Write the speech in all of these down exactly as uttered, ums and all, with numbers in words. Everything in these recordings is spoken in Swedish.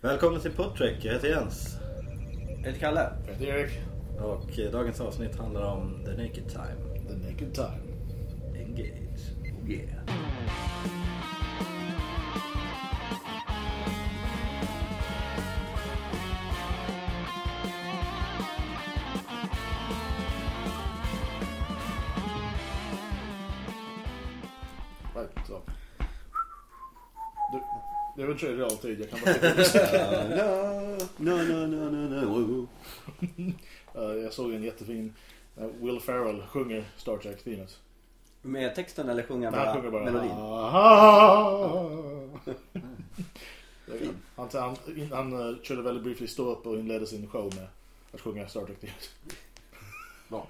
Välkommen till Podtrek, jag heter Jens. Jag heter Kalle. Jag heter Erik. Och dagens avsnitt handlar om The Naked Time. The Naked Time. Engage. Oh yeah. Right, så. Du, det är väl trailer alltid, jag kan bara säga. No, no, no, no, no. uh, Jag såg en jättefin uh, Will Ferrell sjunger Star Trek-teamet. Med texten eller sjunga Han bara, sjunger bara melodin? Han, han, han, han uh, körde väldigt briefly stå upp och inledde sin show med att sjunga Star Trek-teamet. Ja.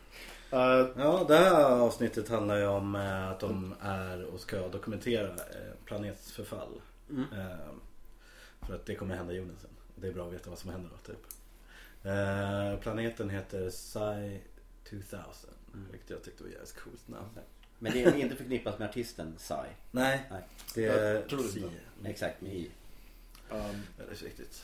Uh, Ja, det här avsnittet handlar ju om eh, att de är och ska dokumentera eh, planets förfall. Mm. Eh, för att det kommer hända jorden sen. Det är bra att veta vad som händer då, typ. Eh, planeten heter Psi tvåtusen, mm. vilket jag tyckte var jävligt coolt namn. Men det är inte förknippat med artisten Psy. Nej, Nej. det är Jag tror Psi. inte. Exakt, med i. um, Väldigt viktigt.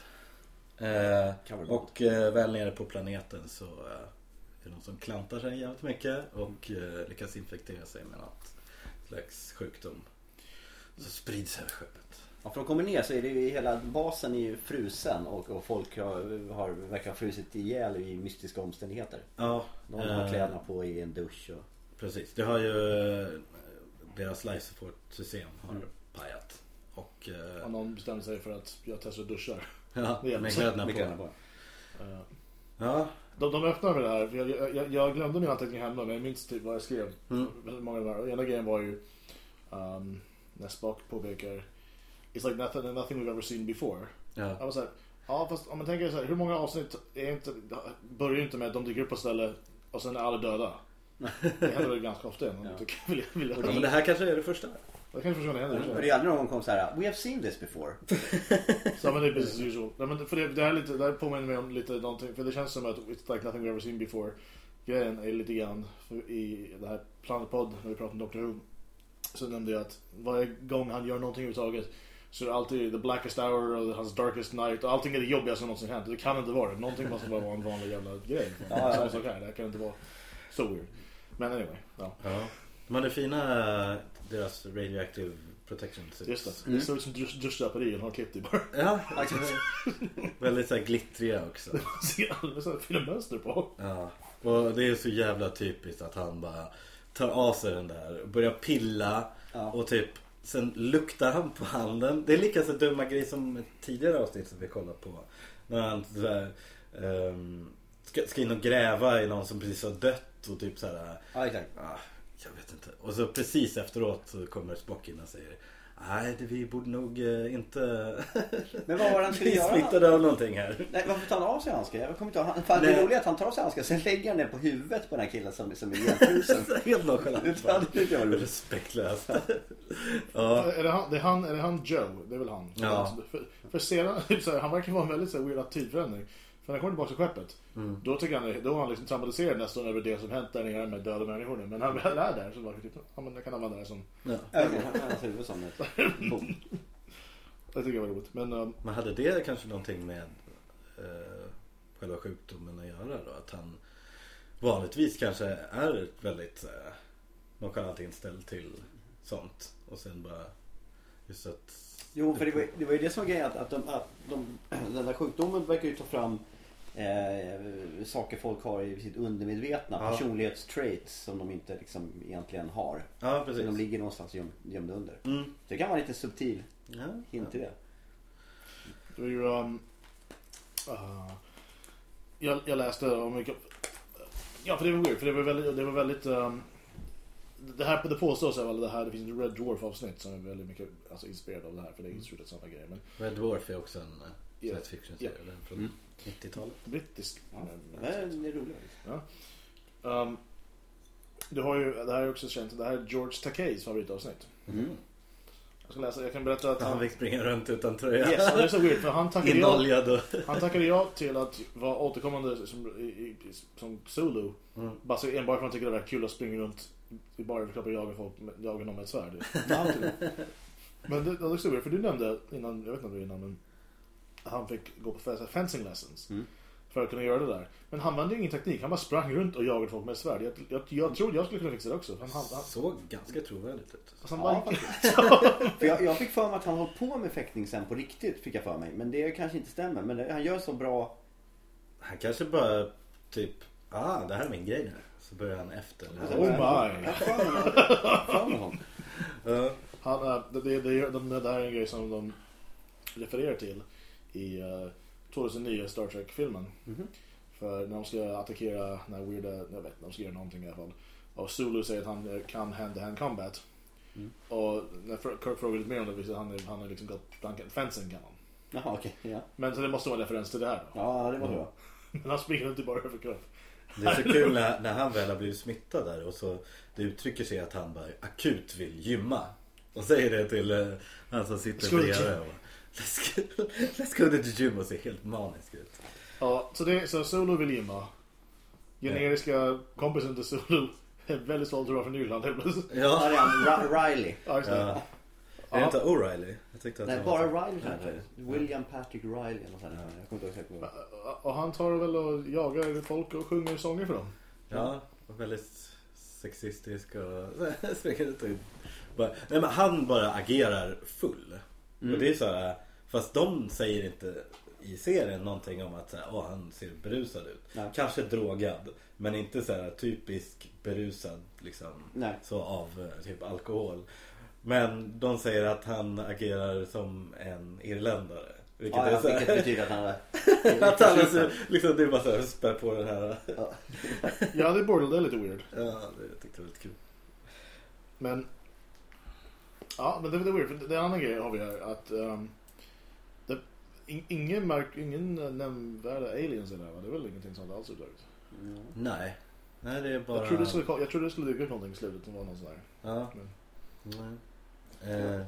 Eh, och eh, väl nere på planeten så eh, är det någon som klantar sig jävligt mycket och eh, lyckas infektera sig med något slags sjukdom. Så sprids över skeppet. Ja, för de kommer ner så är det ju, hela basen är ju frusen och, och folk har, har verkar frusit ihjäl i mystiska omständigheter. Ja, De har eh, kläderna på i en dusch och... precis. Det har ju eh, deras life support system har Mm. pajat. Och eh, och någon bestämde sig för att jag testar duschar. ja, det är med så- kläderna med på. kläderna på. Uh, Ja, De, de öppnar med det här, för jag, jag, jag glömde nu anteckningen hemma, men jag minns typ vad jag skrev. Mm. Väldigt många av de här. Och ena grejen var ju um, när Spock påpekar It's like nothing, nothing we've ever seen before. ja. Jag var såhär, ja fast om man tänker så här, hur många avsnitt är inte, börjar ju inte med att de dyker upp på ställe och sen är alla döda. Det händer väl ganska ofta igen. Ja. Ja. Vill, vill jag, Ja, men det här kanske är det första. jag kan inte förstå vad det händer. Och det är aldrig någon kom så här: we have seen this before. Så men det är business as usual. Nej, men för det, det här är lite, det här påminner mig om lite någonting, för det känns som att It's like nothing we've ever seen before. Grejen är lite grann för i det här Planet Pod när vi pratade om Doctor Who, så nämnde jag att varje gång han gör någonting överhuvudtaget så är det alltid the blackest hour och hans darkest night och allting är det jobbigaste som någonsin hänt. Det kan inte vara det. Någonting måste bara vara en vanlig jävla grej. Ja, ja. Samma sak här. Det här kan inte vara so weird. Men anyway, ja. Ja. De hade fina deras radioactive protection suits. Just det. Mm. Det ser ut som duschdraperier. Har klippt i bara. Ja, väldigt så här glittriga också. Ser alldeles så här fina mönster på. Ja, och det är så jävla typiskt att han bara tar av sig den där och börjar pilla. Ja. Och typ sen luktar han på handen. Det är lika så dumma grej som ett tidigare avsnitt som vi kollat på. När han så här, um, ska, ska in och gräva i någon som precis har dött och typ så här. Ja, exakt. Ah, jag vet inte. Och så precis efteråt så kommer Spock in och säger: nej, det, vi borde nog eh, inte Men vad var det han skulle bli göra? smittade av någonting här. Nej, varför tar han av sig handsken? Jag kommer inte ihåg. Fan, det är Nej. roligt att han tar av sig handsken. Sen lägger han den på huvudet på den här killen som, som är jämfrusen. Helt nonchalant. Ja, det tycker jag var roligt. Respektlöst. Ja. Är det han, det är han, är det han Joe? Det är väl han. Ja. För, för sedan, så här, han verkar vara en väldigt så här, weird attitydförändring. För när han kommer tillbaka till skeppet, Mm. då tycker han, då är han liksom traumatiserad nästan över det som hänt där nere med döda människor. Men han väl är där så var det typ, ja, men jag kan använda det som, Ja. Ja, okej, han har huvud som ett bom. jag tycker det var roligt. Men um, Men hade det kanske någonting med eh, själva sjukdomen att göra då? Att han vanligtvis kanske är väldigt eh, nonchalant inställd till sånt. Och sen bara just att... Jo, för det var, det var ju det som var grejen, att, att, de, att de, den där sjukdomen verkar ju ta fram eh, saker folk har i sitt undermedvetna, Ja. personlighetstraits som de inte liksom egentligen har. Ja, Så precis. de ligger någonstans göm, gömda under. Mm. Det kan vara lite subtil Ja, hint i det. det var ju um, uh, jag, jag läste om mycket, ja, för det var weird, för det var väldigt, det var väldigt um, det här, det påstås väl det här, det finns en Red Dwarf avsnitt som är väldigt mycket alltså, inspirerad av det här, för det är ju samma grejer, men Red Dwarf är också en uh, Ja. science fiction serie Ja. från Mm. nittiotalet. brittisk. Ja, men- men det är roligt. Ja. Um, du har ju, det här är också känt, det här är George Takeis favoritavsnitt. Mm. Jag ska läsa, jag kan berätta att Han han, fick springa runt utan tröja. yes, det är så weird, för han tackade ja, Inoljad och... han tackade ja till att vara återkommande som, i, i, som Zulu. Mm. Bara så enbart för att han tycker det var kul att springa runt i bara överkropp och jaga folk, jaga någon med ett svärd. Men det, det är så weird, för du nämnde innan, jag vet inte om det var innan, men han fick gå på fencing lessons. Mm. För att kunna göra det där. Men han använde ingen teknik. Han bara sprang runt och jagade folk med ett svärd. Jag, jag, jag trodde jag skulle kunna fixa det också. Han, han, han... såg ganska trovärdigt ut. Alltså, han Ja, bara... för jag, jag fick för mig att han hållit på med fäktning sen på riktigt, fick jag för mig. Men det kanske inte stämmer. Men det, han gör så bra. Han kanske bara typ, ah, det här är min grej nu. Så börjar han efter. Oh my! Jag för mig, för mig honom. Uh. Han, det, det, det, det, det här är en grej som de refererar till i uh, tjugohundranio Star Trek-filmen. Mm-hmm. För när de ska attackera när weirda, jag vet de ska göra någonting i alla fall. Och Sulu säger att han kan hand-to-hand combat. Mm. Och när Kirk frågar lite mer om det visar han han har liksom gått fencing kan han. Jaha, okej, okay, ja. Men så det måste vara en referens till det här då. Ja, det var bra. Men han springer inte bara över Kirk. Det är så kul när, när han väl har blivit smittad där och så det uttrycker sig att han bara akut vill gymma. Och säger det till uh, han som sitter bredvid och let's go, let's go to the gym och ser helt manisk ut. Ja, så, det, så Sulu vill gymma. Generiska ja. kompisen till Sulu är väldigt stolt att vara från Nyland. Ja, ja det är han, Riley. Ja, just det. Ja. Är det inte O'Reilly? Jag tyckte att Nej, han bara var Riley kanske. William Patrick Riley eller sånt. Jag kommer inte ihåg exakt vad. Och han tar väl och jagar folk och sjunger sånger för dem. Ja, och väldigt sexistisk och bara, nej men han bara agerar full. Mm. Och det är så här, fast de säger inte i serien någonting om att så här, åh, han ser berusad ut. Nej. Kanske drogad, men inte så här typisk berusad liksom. Nej. Så av typ alkohol. Men de säger att han agerar som en irländare. Vilket, ja, är så här, vilket betyder att han är... att han är så, liksom, det är bara så här, spär på den här... Ja, ja det är borderline, det är lite weird. Ja, det jag tyckte det var lite kul. Men... Ja, men det är lite weird. För det är en annan grej har vi här. Att... Um, det, in, ingen märk, ingen nämnvärda aliens är där, va? Det är väl ingenting sånt alls utdraget? Mm. Nej. Nej, det är bara... Jag trodde det skulle, jag trodde det skulle dyka upp någonting i slutet som var någon sån där. Ja. Men... Nej. Eh,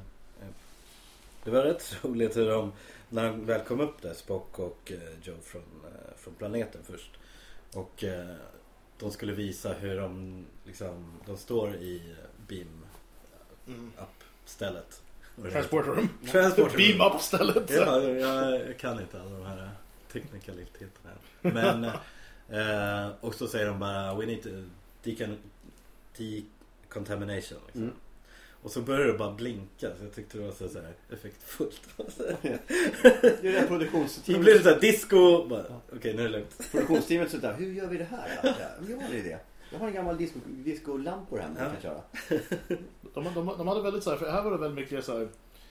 det var rätt roligt hur de, när de väl kom upp där, Spock och eh, Joe från, eh, från planeten först. Och eh, de skulle visa hur de liksom, de står i beam mm. up stället. Transporter room. Transporter room. Beam up stället. Ja, jag, jag kan inte alla de här teknikaliteterna. Men eh, och så säger de bara we need to decon- decontamination liksom. Mm. Och så började det bara blinka, så jag tyckte det var så, så här effektfullt. Det är det produktionsteamet. Då blir det så här disco. Okej, okay, nu är det lugnt. Produktionsteamet sådär, hur gör vi det här? Ja, jag har en idé. Jag har en gammal disco, disco-lampor här man kan köra. De, de, de hade väldigt så här, för här var det väldigt mycket så här,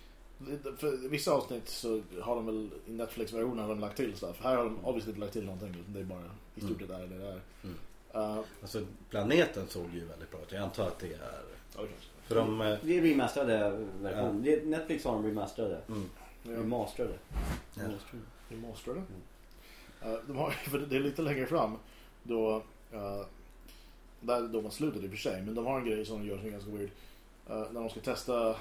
för vissa avsnitt så har de väl i Netflix-versionen har de lagt till så. För här har de obviously inte lagt till någonting, det är bara i stort sett mm. där det är. Mm. Uh, alltså planeten såg ju väldigt bra ut. Jag antar att det är okay. För de, det är remasterade version. Ja. Netflix har de remasterade. Mm. Ja. Remasterade. Ja. Remasterade. Mm. Uh, de har, för det är lite längre fram då uh, där de har slutat i och för sig, men de har en grej som de gör som är ganska weird. Uh, när de ska testa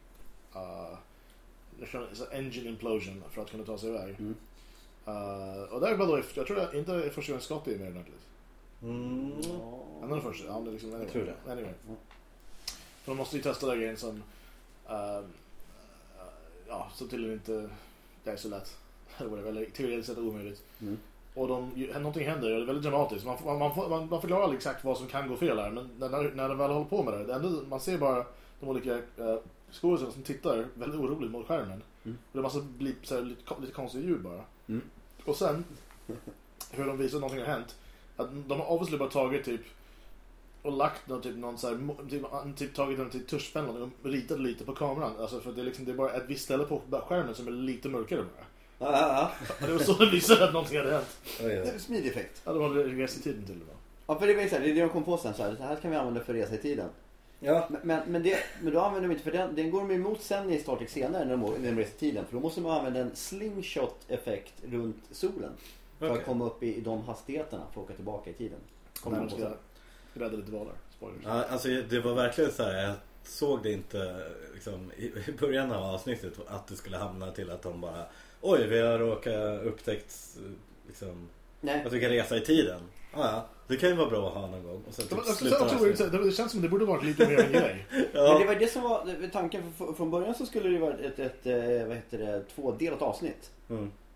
uh, engine implosion för att kunna ta sig iväg. Mm. Uh, och där är bara jag tror det inte är första gången Scott är med ordentligt. Mm. Han är den första. Ja, det är liksom anyway. Jag tror det. Anyway. Mm. För de måste ju testa den grejen som uh, uh, ja, så tydligen inte det är så lätt. Eller teoretiskt sett omöjligt. Mm. Och de, någonting händer, det är väldigt dramatiskt. Man, man, man, man förklarar aldrig exakt vad som kan gå fel här. Men när, när de väl håller på med det, det enda, man ser bara de olika uh, skådespelarna som tittar väldigt oroligt mot skärmen. Mm. Och det måste bli så här, lite, lite konstiga ljud bara. Mm. Och sen hur de visar att någonting har hänt. Att de har obviously bara tagit typ och lagt någon, typ, någon så här, typ, typ tagit den till tuschpennan och ritat lite på kameran. Alltså för det är, liksom, det är bara ett visst ställe på skärmen som är lite mörkare bara. Ja, ja, ja. Det var så det visade att någonting hade hänt. Det är smidig effekt. Ja, de hade resa i tiden till det va? Ja, för det är så här, det är det de kom på sen så här. Så här kan vi använda för resa i tiden. Ja. Men, men, men, det, men då använder de inte för den. Den går de emot sen i Star Trek senare när de, när de reser i tiden. För då måste man använda en slingshot-effekt runt solen. För okay. att komma upp i, i de hastigheterna för att åka tillbaka i tiden. Kommer de ska rädda lite valar. Spoilers. Ja, alltså det var verkligen så här. Jag såg det inte liksom, i början av avsnittet att det skulle hamna till att de bara oj, vi har råkat upptäckt liksom, att vi kan resa i tiden. Ah, ja, det kan ju vara bra att ha någon gång. Och sen typ det, det, det känns som det borde varit lite mer en grej. Ja. Men det var det som var tanken. Från början så skulle det vara ett, ett, ett vad heter det, tvådelat avsnitt. Mm.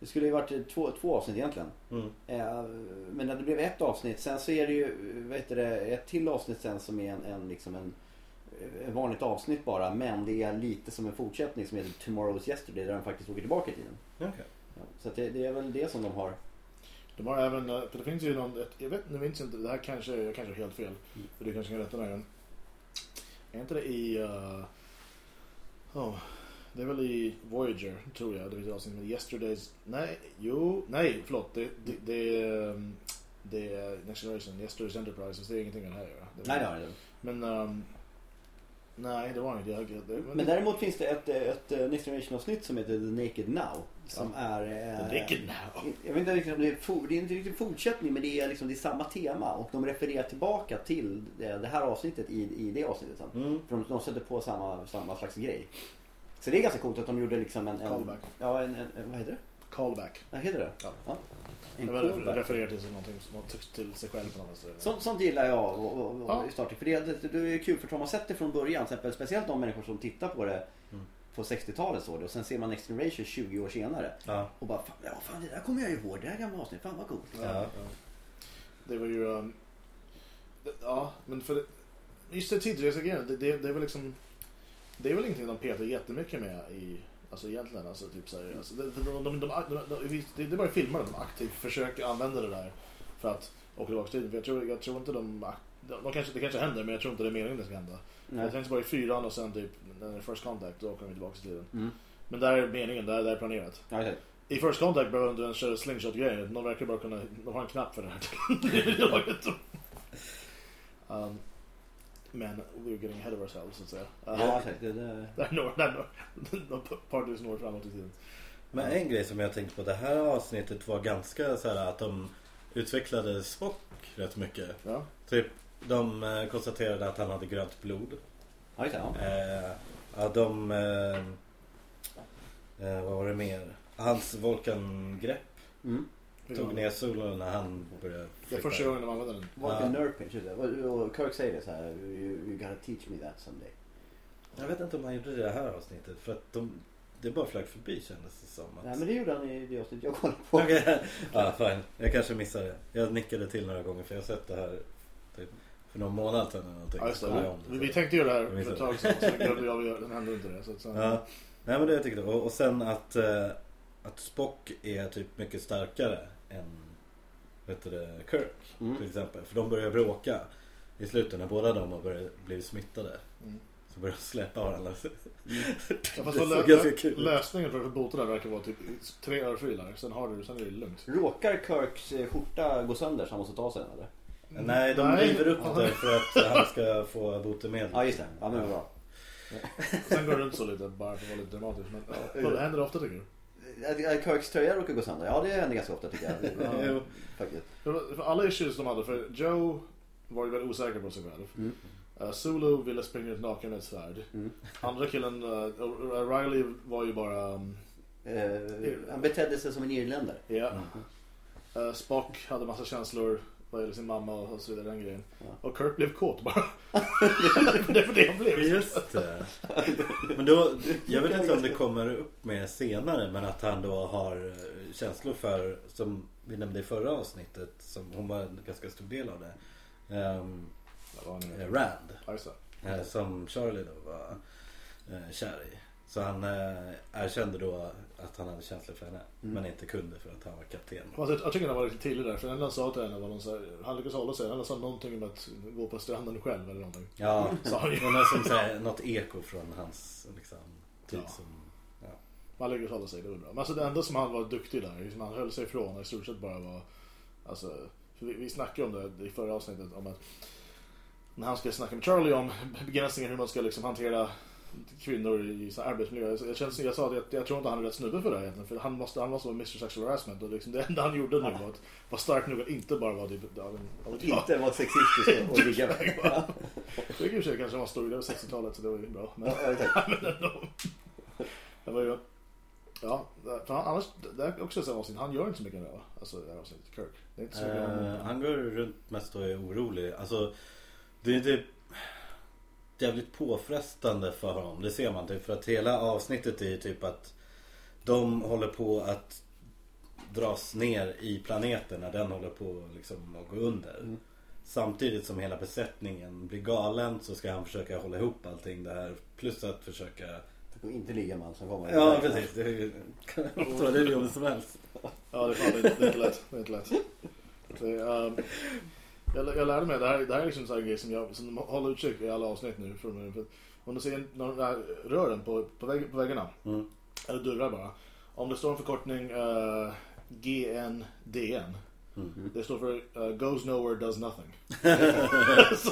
Det skulle ju varit två, två avsnitt egentligen. Mm. Eh, men när det blev ett avsnitt, sen så är det ju, vet du det, ett till avsnitt sen som är en, en liksom en, en vanligt avsnitt bara, men det är lite som en fortsättning som heter Tomorrow's Yesterday, där de faktiskt åker tillbaka i tiden. Okay. Ja, så att det, det är väl det som de har. De har även, för det finns ju någon, ett, jag vet, nu minns inte, det här kanske, jag kanske är helt fel, Mm. för du kanske kan rätta mig igen. Är inte det i, uh, oh, det är väl i Voyager, tror jag, det finns avsnitt med Yesterday's, nej, jo, nej, förlåt, det, det, det, um, det är Next Generation, Yesterday's Enterprise, så det är ingenting med det här att göra. Det Nej, det har det. Men, um, nej, det var inte jag. Det, men, men däremot finns det ett, ett Next Generation-avsnitt som heter The Naked Now. Som ja. är... The Naked Now. Jag vet inte riktigt om det är, for, det är inte riktigt fortsättning, men det är, liksom, det är samma tema. Och de refererar tillbaka till det, det här avsnittet i, i det avsnittet sen. Mm. För de, de sätter på samma, samma slags grej. Så det är ganska coolt att de gjorde liksom en... en callback. Ja, en, en, vad heter det? Callback. Ja, heter det? Ja. ja. En callback. Refererar till någonting som till sig själv på något sätt. Sånt, sånt gillar jag och, och, och ja. i Star Trek. För det, det, det är kul för att de har sett det från början. Exempel, speciellt de människor som tittar på det mm. på sextiotalet så det. Och sen ser man Next Generation tjugo år senare. Ja. Och bara, fan, ja, fan, det där kommer jag ju ihåg. Det här gamla avsnitt, fan vad coolt. Ja, ja. Det var ju... Um, det, ja, men för det, just det tidsresegrejen, det, det, det är väl liksom... Det är väl ingenting de petar jättemycket med i... Alltså egentligen, alltså typ så här, alltså, det, de, de, de, de, det, det är bara filmer de aktivt försöker använda det där för att åka tillbaka tiden. För jag tror, jag tror inte de, de kanske, det kanske händer, men jag tror inte det är meningen det ska hända. Nej. Jag tänkte bara i fyran och sen typ när det är First Contact, då åker de tillbaka till tiden. Mm. Men där är meningen, där, där är planerat. Okay. I First Contact behöver de köra slingshot-grejer. De verkar bara kunna, de har en knapp för det här. um, Men we're getting ahead of ourselves, så att säga. Uh, ja, exakt. Det, det... Där når, där når, parties når framåt i tiden. Men en grej som jag tänkte på, det här avsnittet var ganska så här att de utvecklade Spock rätt mycket. Ja. Typ, de eh, konstaterade att han hade grönt blod. Ja, ja. Eh, ja, de... Eh, eh, vad var det mer? Hans Vulcan-grepp. Mm. Tog ner solen när han började flytta. Det är första gången de använde den. Vulcan ja. Nerve pinch. Och Kirk säger det så här, you, you gotta teach me that someday. Jag vet inte om han gjorde det i det här avsnittet. För att de, det bara flög förbi, kändes det som. Att... Nej, men det gjorde han i det avsnittet jag kollade på. Okay. Ja, fine. Jag kanske missade det. Jag nickade till några gånger för jag har sett det här typ för någon månad sedan eller någonting. Ja, just det. Ja. Vi, vi tänkte göra det här för ett tag sedan. Så glömde jag att den hände inte det. Så att sen... Ja. Nej, men det jag tyckte. Och, och sen att, äh, att Spock är typ mycket starkare än vet du, Kirk mm. till exempel. För de börjar bråka i slutet när båda de har börjat bli smittade. Mm. Så börjar de släppa varandra. Mm. Ja, fast lö- lö- lösningen för att bota det verkar vara typ tre örfilar. Sen har du, sen är det lugnt. Råkar Kirks skjorta gå sönder så han måste ta sig eller? Mm. Nej, de Nej. river upp det för att han ska få botemedel. Ja, just det. Ja, men bra. Sen går det inte så lite bara för att vara lite dramatiskt. Men vad händer ofta tycker du? Kirks tröja råkar gå sönder. Ja, det händer ganska ofta tycker jag. Ja, faktiskt. För, för alla issues de hade, för Joe var ju väldigt osäker på sig själv. Mm. Uh, Sulu ville springa ut naken med ett svärd. Mm. Andra killen, uh, Riley var ju bara... Um, uh, han betedde sig som en irländare. Ja. Mm. Uh, Spock hade massa känslor vad gäller sin mamma och så vidare, den grejen. Ja. Och Kirk blev kåt bara. Det är för det han blev. Just det. Men då, jag vet inte om det kommer upp med senare, men att han då har känslor för, som vi nämnde i förra avsnittet, som hon var en ganska stor del av det. Um, Rand. Alltså. Eh, som Charlie då var eh, kär i. Så han eh, erkände då att han hade känslor för henne, mm. men inte kunde för att han var kapten. Alltså, jag tycker han var lite tydlig där, för den sa till henne var någon så här, han lyckades hålla sig, han sa någonting om att gå på stranden själv eller någonting. Ja, så han var som säger något eko från hans liksom tid ja. Som ja. Han lyckades hålla sig, det var bra. Men alltså det enda som han var duktig där, som han höll sig ifrån i stort sett bara var alltså, för vi, vi snackade om det i förra avsnittet om att när han ska snacka med Charlie om begränsningar hur man ska liksom hantera kvinnor i så arbetsmiljö. Jag, känns, jag sa att jag, jag tror inte han är rätt snubbe för det här egentligen. För han måste, han måste vara mister Sexual Harassment. Och liksom det enda han gjorde nu var att vara stark nog att inte bara vara typ, av en, av inte vara sexistisk och ligga med. Det är ju kanske var stor, det var sextiotalet så det var ju bra. Men, ja, men ändå. Det var ju... Ja, för han, annars, det är också så avsnitt. Han gör inte så mycket nu, alltså det här avsnittet, Kirk. Det är inte så mycket uh, han går runt mest och är orolig. Alltså, det är typ jävligt påfrestande för honom. Det ser man typ, för att hela avsnittet är typ att de håller på att dras ner i planeten när den håller på liksom att gå under. Mm. Samtidigt som hela besättningen blir galen så ska han försöka hålla ihop allting det här. Plus att försöka... Det går inte ligga man som kommer. Ja, precis. Det är, det är ju som helst. Ja, det är fan, det är inte lätt. Det är inte lätt. Så, um, jag, jag lärde mig, det här, det här är liksom en sån här grej som jag som håller utkik i alla avsnitt nu. För, för, om du ser någon där rören på, på, vägg, på väggarna, mm. eller dörrar bara. Om det står en förkortning uh, G N D N. Mm-hmm. Det står för uh, Goes Nowhere Does Nothing. Så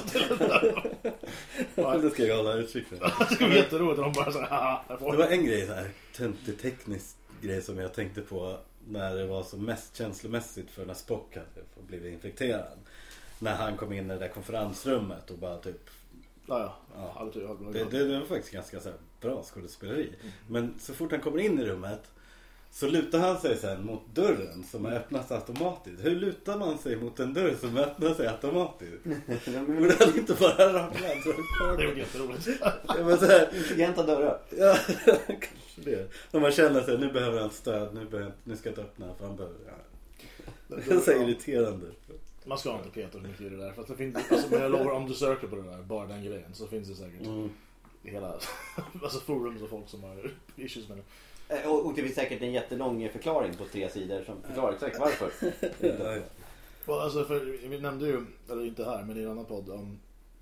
det ska jag hålla utkik för. Det ska bli jätteroligt om de bara så här. Det var en grej så här, töntig teknisk grej som jag tänkte på när det var som mest känslomässigt för när Spock hade blivit infekterad. När han kom in i det där konferensrummet och bara typ ja, ja. ja. Det, det, det var faktiskt ganska så här bra skådespeleri. Mm. Men så fort han kommer in i rummet så lutar han sig sen mot dörren som öppnas automatiskt. Hur lutar man sig mot en dörr som öppnar sig automatiskt? Borde han inte bara ramla? Det är jätteroligt. Intelligenta dörrar. Ja, kanske det. När man känner sig, nu behöver han stöd, nu, behöver, nu ska jag inte öppna för han behöver... Ja. Det är så irriterande. Man ska inte peta mycket i det där. För att det finns, alltså, men jag lovar, om du söker på det där, bara den grejen, så finns det säkert mm. hela alltså forum och folk som har issues med det. Och, och det finns säkert en jättelång förklaring på tre sidor som förklarar exakt varför. Ja, ja. Well, alltså för, vi nämnde ju, eller inte här, men i en annan podd om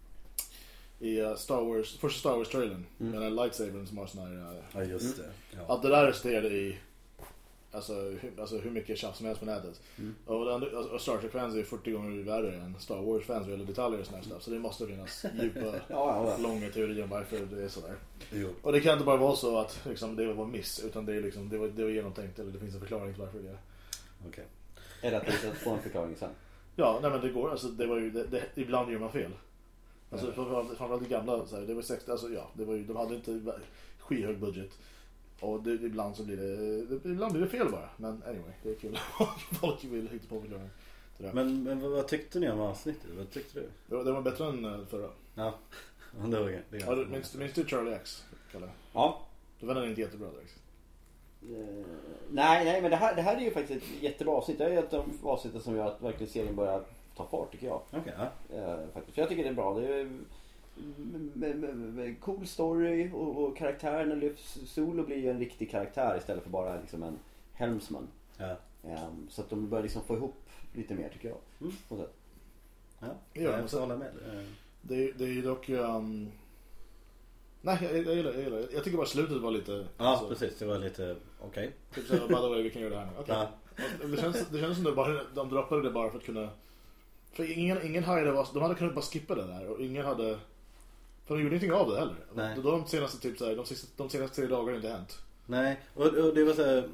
i uh, Star Wars, första Star Wars-trailern mm. med den lightsabern som har sån här uh, ja, just det. Ja. Att det där resulterade i alltså hur, alltså hur mycket tjafs som helst på nätet. Mm. Och, den, och Star Trek-fans är fyrtio gånger värre än Star Wars-fans eller detaljer och sån här stuff. Så det måste finnas djupa, ja, ja. långa teorier om varför det är sådär. Jo. Och det kan inte bara vara så att liksom, det var miss, utan det är, liksom, det var, det var genomtänkt, eller det finns en förklaring till varför det är. Okej. Okay. Eller att det ska få en förklaring sen. Ja, nej men det går, alltså det var ju, det, det, ibland gör man fel. Alltså framförallt det gamla, så här, det var sextio, alltså ja, det var ju, de hade inte skyhög budget. Och det, ibland så blir det, det ibland blir det fel bara. Men anyway, det är kul. Folk vill hitta på förklaring. Men, men vad, vad tyckte ni om avsnittet? Vad tyckte du? Det var, det var bättre än förra. Ja, det var det. Ja, minns, minns du Charlie X? Kalle? Ja. Då var den inte jättebra direkt. Uh, nej, nej, men det här, det här är ju faktiskt ett jättebra avsnitt. Det är ett av avsnitten som gör att verkligen serien börjar ta fart, tycker jag. Okej, okay, ja. Uh, faktiskt. För jag tycker det är bra. Det är med, med, med cool story och, och karaktärerna lyfts. Solo blir ju en riktig karaktär istället för bara liksom en helmsman. Ja. Um, så att de börjar liksom få ihop lite mer, tycker jag. Mm. Och så. Ja, jag måste hålla med. Det, det är ju dock um... nej, jag, jag, gillar, jag gillar jag tycker bara slutet var lite ja, alltså, precis, det var lite okej. Okay. Typ så by the way, vi kan göra det här nu. Okay. Ja. Det känns det känns som det bara de droppade det bara för att kunna, för ingen ingen hade var, de hade kunnat bara skippa det där och ingen hade, för de gjorde ingenting av det heller. Nej. Då de senaste typ så här, de senaste de senaste tre dagarna inte hänt. Nej, och, och det var så här,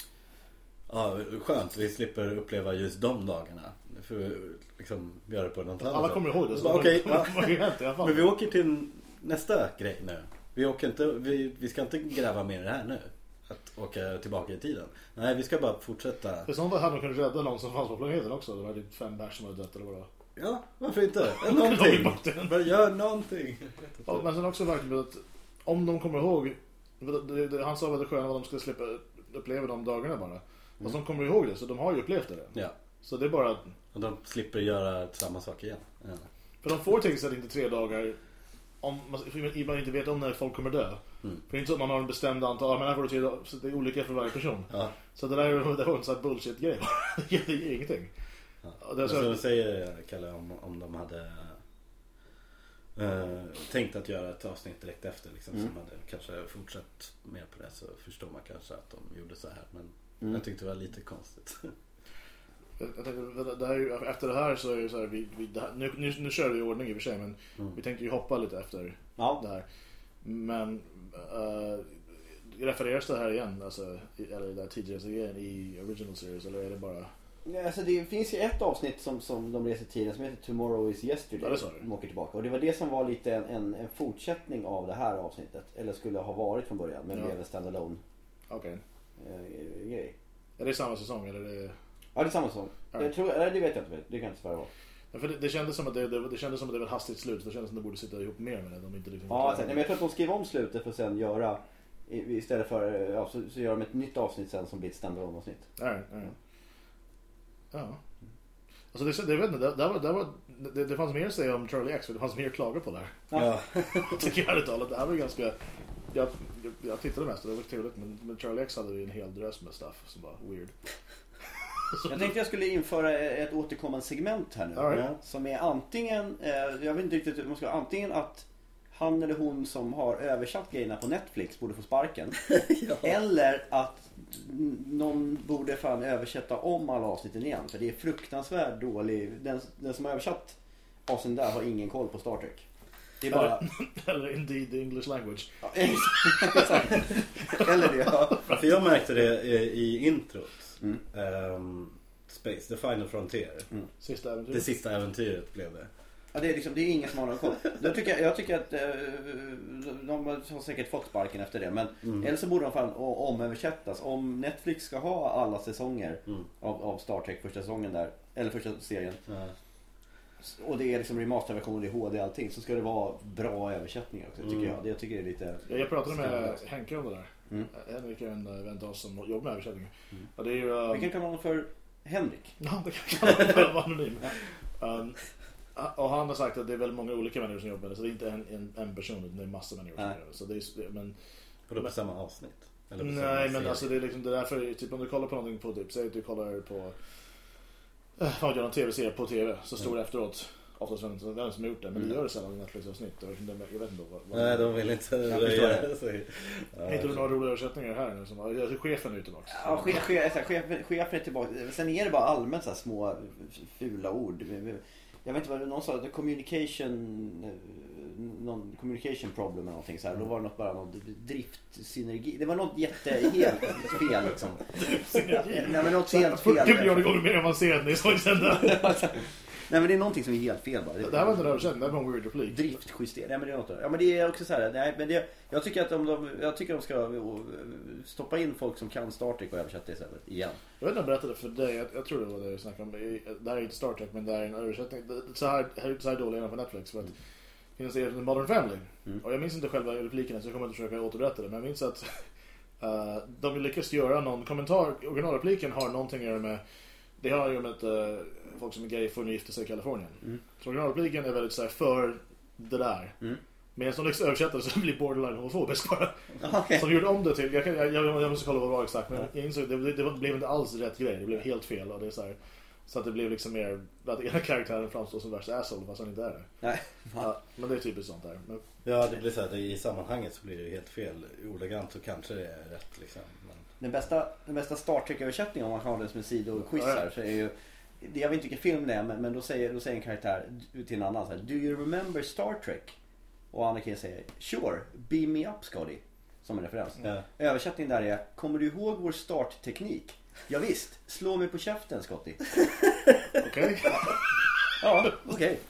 ja, skönt vi slipper uppleva just de dagarna. För liksom göra det på något annat. Alla kommer ihåg det så. Okej. Okay, men vi åker till nästa grej nu. Vi åker inte vi, vi ska inte gräva mer i det här nu. Att åka tillbaka i tiden. Nej, vi ska bara fortsätta. För sånt hade de kunnat rädda någon som fanns på planeten också. Det var typ fem bärs som hade dött eller vad. Ja, varför inte? Någonting. Bara gör någonting. Ja, men sen också verkligen att om de kommer ihåg, han sa väl det sköna att de skulle slippa uppleva de dagarna bara. Mm. Fast de kommer ihåg det, så de har ju upplevt det. Ja. Så det är bara att... Och de slipper göra samma sak igen. Ja. För de får tänka sig att inte tre dagar om man inte vet om när folk kommer dö. Mm. För det är inte så att man har en bestämd antal, men här får du tre dagar, så det är olika för varje person. Ja. Så det där det var en sån här bullshit-grej. Det ger ingenting. Ja. Det är så att säger Kalle om, om de hade uh, tänkt att göra ett avsnitt direkt efter liksom, mm. som hade kanske fortsatt mer på det, så förstår man kanske att de gjorde så här. Men mm. jag tyckte det var lite konstigt. Jag tänkte, det här, efter det här så är det så här, vi, vi, det här, nu, nu, nu kör vi i ordning i och för sig, men mm. vi tänkte ju hoppa lite efter ja. det här. Men uh, refereras det här igen, alltså, eller det här tidigare igen i original series, eller är det bara... Ja, alltså det finns ju ett avsnitt som, som de reser tiden som heter Tomorrow is Yesterday. Ja, de åker tillbaka. Och det var det som var lite en, en, en fortsättning av det här avsnittet. Eller skulle ha varit från början, men ja. blev en standalone okay. uh, grej. Är det samma säsong eller är det... Ja, det är samma säsong. Ja. Jag tror, det vet jag inte, det kan inte svara på. Ja, för det, det kändes som att det, det, det kändes som att det var ett hastigt slut. Det kändes som att de borde sitta ihop mer med det. De inte liksom ja, sen, men jag tror att de skrev om slutet för att sen göra, istället för, ja, så, så gör de ett nytt avsnitt sen som blir ett standalone avsnitt. Ja, ja. Ja. Alltså det, det, vet inte, det, det, var, det, var, det, det fanns mer att säga om Charlie X, för det fanns mer att klaga på där. Ja. Tycker jag ärligt talat. Det här var ganska... Jag, jag, jag tittade mest och det var trevligt, men, men Charlie X hade ju en hel drös med stuff som var weird. Jag tänkte jag skulle införa ett återkommande segment här nu. Right. Som är antingen, eh, jag vet inte riktigt, man ska antingen att han eller hon som har översatt grejerna på Netflix borde få sparken. Ja. Eller att någon borde fan översätta om alla avsnitten igen. För det är fruktansvärt dålig. Den, den som har översatt avsnitten där har ingen koll på Star Trek. Det är bara... Eller indeed the English language. Ja, eller det, ja. För jag märkte det i introt. Mm. Um, Space, The Final Frontier. Mm. Sista äventyret. Det sista äventyret blev det. Ja, det är liksom, det är ingen som har någon koll. Jag tycker, jag tycker att eh, de har säkert fått sparken efter det. Men mm. eller så borde de fan omöversättas. Om Netflix ska ha alla säsonger mm. av, av Star Trek första säsongen där, eller första serien. Mm. Och det är liksom remasterversion och det är H D och allting, så ska det vara bra översättningar också, tycker mm. jag. Det jag tycker det är lite... Jag pratade med Henke om det där. Mm. Henrik är en vän av oss som jobbar med översättningar. Mm. Ja, det är ju... Um... Vi kan kalla honom för Henrik. Ja, det kan kalla honom för anonym. um, och han har sagt att det är väldigt många olika människor som jobbar med det, så det är inte en, en, en person, utan det är massor av människor som gör det. Så det är, men... Och då på samma avsnitt? Eller på nej, samma men serie. Alltså det är liksom det därför, typ om du kollar på någonting på typ, säg att du kollar på äh, vad gör någon tv-serie på tv, så står det mm. efteråt oftast vem som har gjort det, men mm. det gör det sällan i Netflix-avsnitt. Jag vet inte vad, vad nej, de vill inte röja sig. Hittar du några roliga översättningar här nu? Som, alltså, chefen är tillbaka. Ja, chef, chef, chef, chefen är tillbaka. Sen är det bara allmänt så här små fula ord. Jag vet inte vad någon sa, communication någon communication problem eller någonting så här. Då var det något bara någon driftsynergi. Det var något jätte helt fel liksom. Nej, men något helt fel. fyrtio miljoner gånger mer avancerat när jag såg det. Nej, men det är någonting som är helt fel bara. Det här var inte det översättning, det var en weird replik. Driftjustering. Nej, men det är något. Ja, men det är också så här, nej, men det, jag tycker att om de jag tycker de ska stoppa in folk som kan Star Trek och översätta istället igen. Jag vet inte om jag berättade för dig, jag, jag tror det var det jag snackade om. Det här är inte Star Trek, men det här är en översättning. Så här så här dålig på Netflix för att finns det en Modern Family. Mm. Och jag minns inte själva replikerna, så jag kommer inte försöka återberätta det, men jag minns att uh, de lyckas göra någon kommentar. Originalrepliken har någonting att göra med, det har ju med att uh, folk som är gay får gifta sig i Kalifornien. Mm. Så originalrepliken är väldigt så här för det där. Mm. Men som lyckas översätta så blir borderline homofobisk bara. Okay. Som gjorde om det till, jag, kan, jag, jag, jag måste kolla vad det var exakt, men jag insåg, det, det blev inte alls rätt grej, det blev helt fel. Och det är så här, så att det blev liksom mer att ena karaktären framstår som värsta asshole fast han inte är det. Nej. Ja, men det är typiskt sånt där. Men... Ja, det blir så här, i sammanhanget så blir det helt fel. Ordagrant så kanske det är rätt liksom. Men... Den bästa, den bästa Star Trek-översättningen, om man kan ha det som en sidoquiz här, så är ju, jag vet inte vilken film det är, men, men då, säger, då säger en karaktär till en annan så här: Do you remember Star Trek? Och andra kan säga: Sure, beam me up, Scotty. Som en referens. Mm. Översättningen där är: Kommer du ihåg vår startteknik? Ja visst, slå mig på käften, Scotty. Okej. Ja, okej.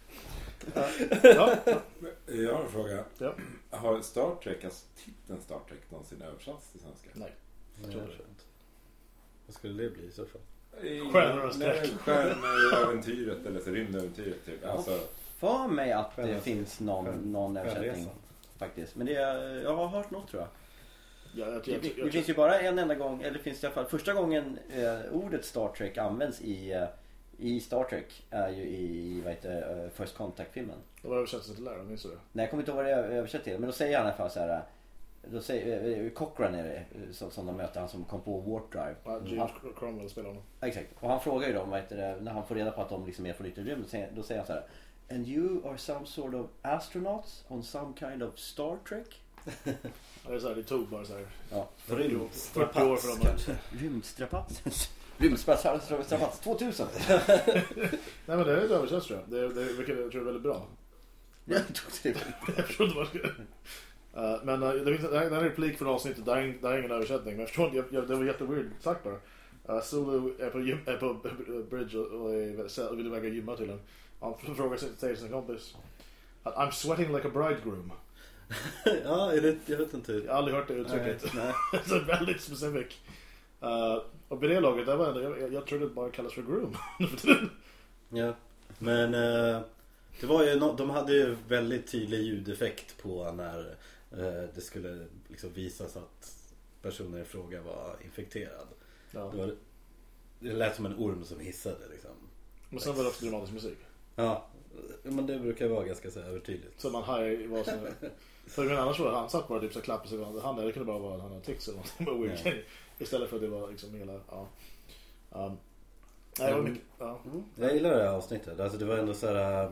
Ja. Jag har en fråga. Ja. Har Star Trek, alltså titeln Star Trek, någonsin översatts till svenska? Nej. Jag tror det. Vad skulle det bli i så fall? Stjärnor och skräck. Stjärnäventyret eller så rymdäventyret typ. Alltså... För mig att det finns någon, någon översättning faktiskt. Men det, jag har hört något, tror jag. Ja, jag, jag, jag, jag, det finns ju bara en enda gång, eller finns det i alla fall första gången eh, ordet Star Trek används i, eh, i Star Trek är ju i, vad heter, uh, First Contact-filmen. Det var översatt till läraren, minns du det? Nej, jag kommer inte ihåg vad det är översatt till, men då säger han i alla fall så här. Då säger, Cochrane är det som, som de möter, han som kom på Warp Drive. Ja, James Cromwell spelar honom. Exakt, och han frågar ju dem, vad heter det, när han får reda på att de liksom är från yttre rymd, då säger han så här: And you are some sort of astronauts on some kind of Star Trek? Ja, det är så här, det tog bara så här. Ja, fyrtio år för dem kanske. Rymdstrapats. Rymdstrapats tvåtusen. Nej, men det är ett översatt, tror jag. Det, det, vilket jag tror är väldigt bra. Men, jag tog det. Jag förstår inte vad jag ska... Uh, men uh, det finns det här är en replik från avsnittet, där är, där är ingen översättning, men jag förstår inte, jag, det var jätteweird sagt bara. Uh, Sulu är på, gym, är på bridge och är, vill väga gymma till honom. Han frågar sig till sin kompis: I'm sweating like a bridegroom. Ja, är det, jag vet inte. Jag har aldrig hört det uttrycket. Nej, nej. Så väldigt specific. Uh, och vid det laget, där var jag, jag, jag tror det bara kallas för groom. Ja, men uh, det var ju no, de hade ju väldigt tydlig ljudeffekt på när uh, det skulle liksom visas att personen i fråga var infekterad. Ja. Det var det lät som en orm som hissade liksom. Men sen var det också dramatisk musik. Ja, men det brukar vara ganska så övertydligt. Så man haj var så. För men annars var det, han satt bara typ så klappade sig varandra. Han det kunde bara vara han har tics eller någonting bara weird. Ja. Istället för att det var liksom hela ja. Um, nej, det var mycket, ja. Mm. Jag gillar det här avsnittet. Alltså det var ändå så här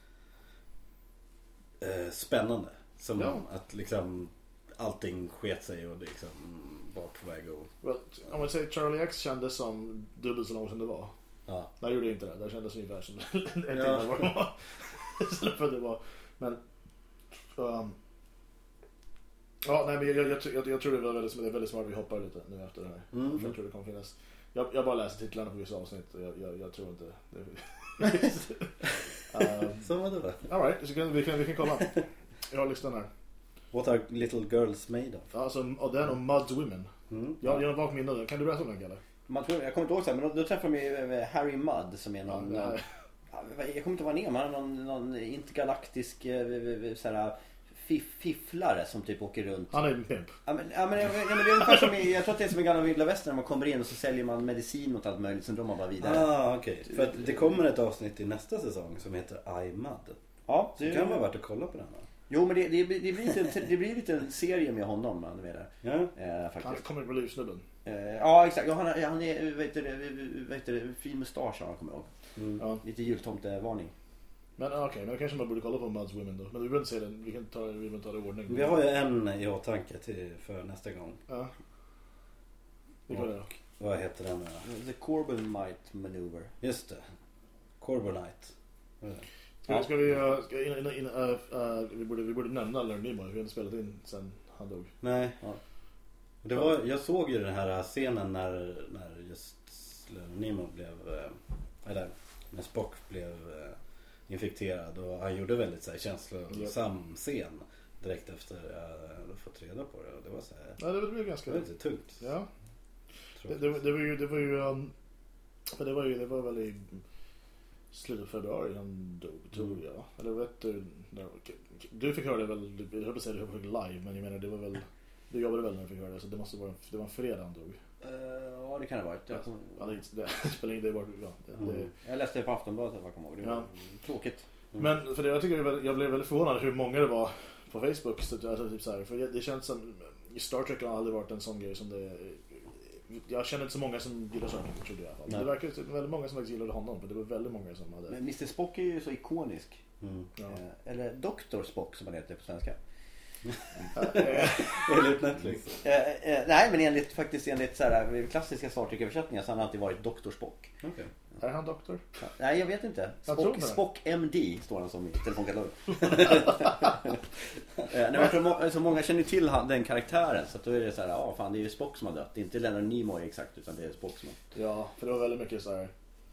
äh, spännande som ja. Att liksom allting sket sig och det liksom var på väg att... Well, om man säger Charlie X kändes som dubbelt så långt som det var. Ja. Där gjorde jag inte det. Där kändes ungefär som en timme ja. Var det var. Istället för att det var... Men... Um, ja, nej men jag, jag, jag, jag tror det var väldigt, det är väldigt smart att vi hoppar lite nu efter det här. Mm. För jag tror det kommer finnas... Jag, jag bara läser titlarna på vissa avsnitt och jag, jag, jag tror inte... Det, um, så var det va? All right, så kan, vi, kan, vi kan kolla. Jag har listan här. What are little girls made of? Alltså, och den och Mud's Women. Mm. Jag, jag har vagt minne. Kan du berätta om den, Kalle? Man tror, jag kommer inte ihåg så, men då, då träffade de Harry Mudd som är någon... Ja, någon jag kommer inte vara ner, men han är någon, någon intergalaktisk såhär, fiff, fifflare som typ åker runt. Han är en pimp. Ja, men, ja, men, ja, men det är ungefär som i, jag tror att det är som i gamla Vilda Västern när man kommer in och så säljer man medicin och allt möjligt, sen drar man bara vidare. Ah, okej. Okay. För att det kommer ett avsnitt i nästa säsong som heter I Mud. Ja, det kan vara värt att kolla på den här. Jo, men det, det, det, blir lite, det blir lite en serie med honom, man med det. Ja. Eh, faktiskt. Han kommer med livsnubben. Eh, ja, exakt. Ja, han, han är, vet du, vet du, fin mustasch han kommer ihåg. Mm. Ja. Lite jultomtevarning. Men okej, okay, men kanske man borde kolla på Mud's Women då. Men vi behöver inte se den, vi kan ta, vi behöver ta det i ordning. Vi har ju en i åtanke till för nästa gång. Ja. Vilka var det då? Vad heter den? The Corbomite Maneuver. Just det. Corbomite. Mm. Ska, ja. ska vi, uh, ska in, in, in, uh, uh, vi, borde, vi borde nämna Leonard Nimoy. Vi har inte spelat in sen han dog. Nej. Ja. Det var, jag såg ju den här scenen när, när just Leonard Nimoy blev, eller när Spock blev infekterad och han gjorde väldigt så här känslosam yep. scen direkt efter jag hade fått reda på det och det var så här. Ja, det blev ganska det var lite tungt. Ja. Det, det, det var ju det var ju um, för det var ju det var väl i slutet av februari han dog, tror mm. jag. Eller vet du du fick höra det väl, jag höll på att säga det på live, men jag menar det var väl du jobbade väl när du fick höra det, så det måste vara det var en fredag han dog. Uh, ja, det kan det vara. Ja, ja, det, det spelar ingen roll. Ja, det, mm. det, jag läste det på Aftonbladet, vad kommer ihåg. Det var ja. tråkigt. Mm. Men för det, jag tycker det var, jag blev väldigt förvånad hur många det var på Facebook så alltså, typ så här, för det känns som i Star Trek har aldrig varit en sån grej som det. Jag känner inte så många som gillar Star Trek, tror jag i alla fall. Nej. Det verkar som väldigt många som faktiskt gillade honom, för det var väldigt många som hade. Men mister Spock är ju så ikonisk. Mm. Ja. Eh, eller doktor Spock som han heter på svenska. Enligt Netflix. Eh, eh, nej, men enligt faktiskt enligt så här klassiska Star Trek-översättningar så har han alltid varit doktor Spock. Okay. Är han doktor? Ja, nej, jag vet inte. Spock, Spock M D står han som i telefonkatalog. eh, så många känner till han, den karaktären, så att då är det så här, ja fan, det är ju Spock som har dött. Det är inte Leonard Nimoy exakt, utan det är Spock som har. Ja, för det var väldigt mycket så här.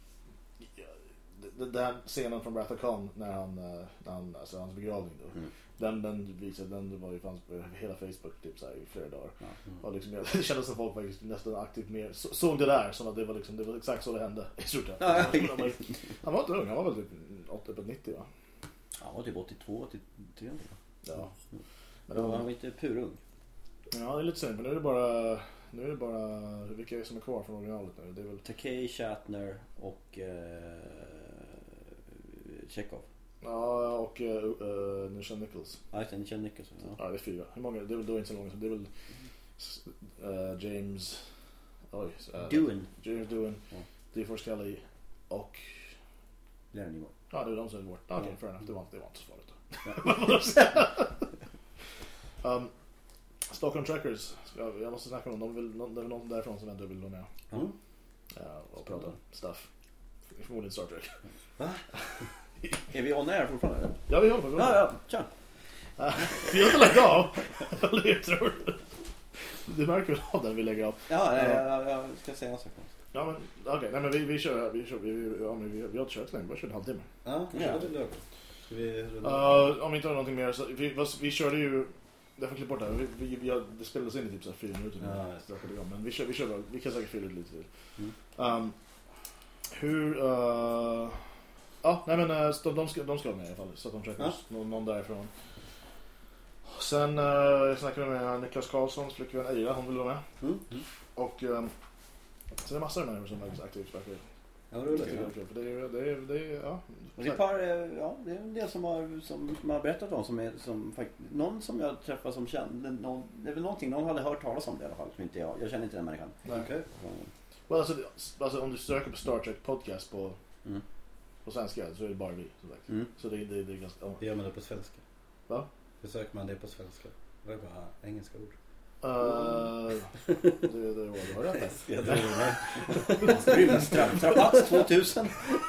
Den scenen från Wrath of Khan när han, när han alltså hans begravning då. Mm. Den den visade den var ju fanns på hela Facebook typ så här i flera dagar. Ja. Mm. Och liksom jag det kändes som folk faktiskt nästan aktivt mer så, såg det där som att det var liksom det var exakt så det hände i slutet. Ja, han var inte ung, han var väl typ åttio nittio va. Han var typ åttiotvå åttiotre. Ja. Men då var han inte purung. Ja, det är lite synd, men nu är det bara nu är det bara vilka är som är kvar från originalet nu. Det är väl Takei Shatner och eh, Chekhov. Ja, och uh, uh, Nichelle Nichols. Ja, det är Nichelle Nichols. Ja. Ja, det är fyra. Hur många? Det är väl då inte så många. Det är väl uh, James oj, uh, Doohan. James Doohan. Ja. DeForest Kelly och Leonard Nimoy. Ja, det är de som är bort. Okej, okay, ja. Fair enough. Det var inte, det var inte så farligt då. um, Stockholm Trackers. Jag, jag måste snacka om dem. De vill, någon, det är någon därifrån som ändå vill vara med. Mm. Ja, och prata stuff. Förmodligen Star Trek. Va? Är vi on air fortfarande? Ja, vi håller på. Ja, ja, tja. Vi har inte lagt av. Jag tror du märker väl av den vi lägger av. Ja, jag, jag, jag ska säga en sak. Ja, men okej, okay, nej men vi vi kör vi kör vi vi ja, men vi, vi har inte kört länge, bara kört en halvtimme. Ja, ja. Det är lugnt. Ska vi uh, om vi inte har någonting mer så vi vad, vi körde ju det får klippa bort det. Vi vi, vi har, det spelades in i typ så här fyra minuter ja, nu. Men vi kör vi kör vi kan säkert fylla lite till. Mm. Um, hur uh, ja, nej men de de ska de ska med i alla fall så att de checkar ja. någon, någon därifrån. Sen uh, jag snackade med Niklas Karlssons flickvän Eira, hon vill vara med. Mm. Mm. Och um, Så det är massor av människor som är aktiva experter. Ja, det är roligt. Det är, det är, det är, ja. Och det är ett par, ja, det är en del som har, som, som har berättat om, som är, som faktiskt, någon som jag träffade som kände, någon, det är väl någonting, någon hade hört talas om det i alla fall, som inte jag, jag känner inte den människan. Okej. Okay. Well, alltså, alltså om du söker på Star Trek podcast på, mm. på svenska så är det bara vi, som sagt. Mm. Så det, det, det är ganska... Oh. Hur gör man det på svenska? Va? Hur söker man det på svenska? Det är bara engelska ord. Uh, det, det, det var det rätt. Jag tror det var Strapats tvåtusen.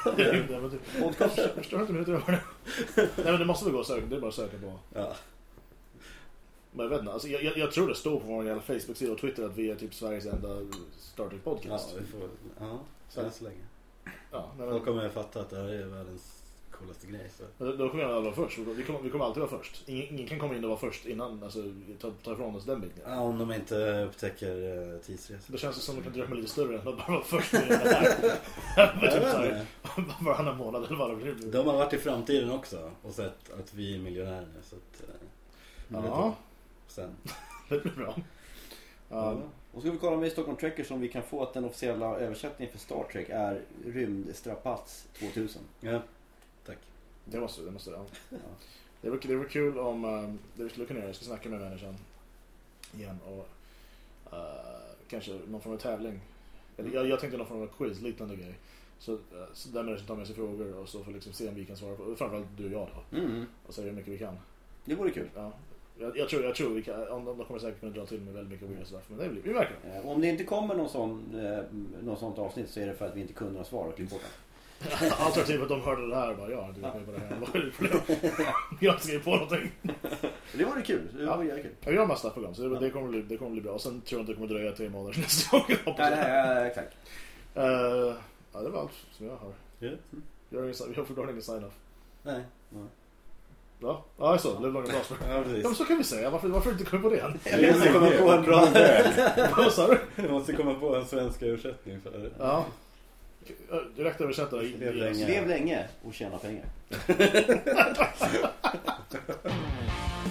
Podcast. Jag förstår inte hur det var det. Nej, men det måste vi gå och söka. Det är bara att söka på. Ja. Men jag vet inte. Alltså, jag, jag, jag tror det står på vår jävla Facebook-sida och Twitter att vi är typ Sveriges enda Star Trek podcast. Ja, vi får... Ja, så än så länge. Ja, men... Då kommer jag fatta att det här är världens coolaste grej. Så. Då, då kommer jag vara först. Vi kommer, vi kommer alltid vara först. Ingen, ingen kan komma in och vara först innan, alltså ta, ta ifrån oss den biten. Ja, om de inte upptäcker uh, tidsresor. Då känns det som att de kan drömma lite större än att bara vara först med det här. Men typ såhär, varannan månad eller vad det blir. De har varit i framtiden också och sett att vi är miljonärer. Så att, uh, ja. Sen. Det blir bra. Ja. Och ska vi kolla med Stockholm Trekkers om vi kan få att den officiella översättningen för Star Trek är rymdstrapats tvåtusen. Ja, tack. Det måste det. Måste det. Ja. Det, var, det var kul om um, det vi skulle kunna göra. Jag ska snacka med människan igen och uh, kanske någon form av tävling. Eller, jag, jag tänkte någon form av quiz, liknande grej. Så, uh, så där människan tar med sig frågor och så får liksom se om vi kan svara på. Framförallt du och jag då. Mm. Och säga hur mycket vi kan. Det vore kul. Ja. Jag, jag tror, jag tror vi kan, om de kommer säkert kunna dra till med väldigt mycket weird stuff, men det blir vi märker. Eh, om det inte kommer någon sån, eh, någon sånt avsnitt så är det för att vi inte kunde ha svar och klippa bort det. Alternativt att de hörde det här och bara, ja, du vet mig på det här. Vad är det för det? Jag skrev på någonting. Det var det kul. Det var ja. Kul. Jag gör massa på gång, så det, det, kommer bli, det kommer bli bra. Och sen tror jag inte det kommer dröja tre månader nästa gång. Nej, nej, nej, exakt. Uh, ja, det var allt som jag har. Yeah. Jag har fortfarande ingen sign-off. Nej, nej. Ja, ja så, Live Long and Prosper. Ja, ja, men så kan vi säga. Varför, varför inte komma på det än? Vi måste komma på en bra Vad sa du? Vi måste komma på en svensk översättning för det. Ja. Direkt översättare. Lev länge. Lev länge och tjäna pengar.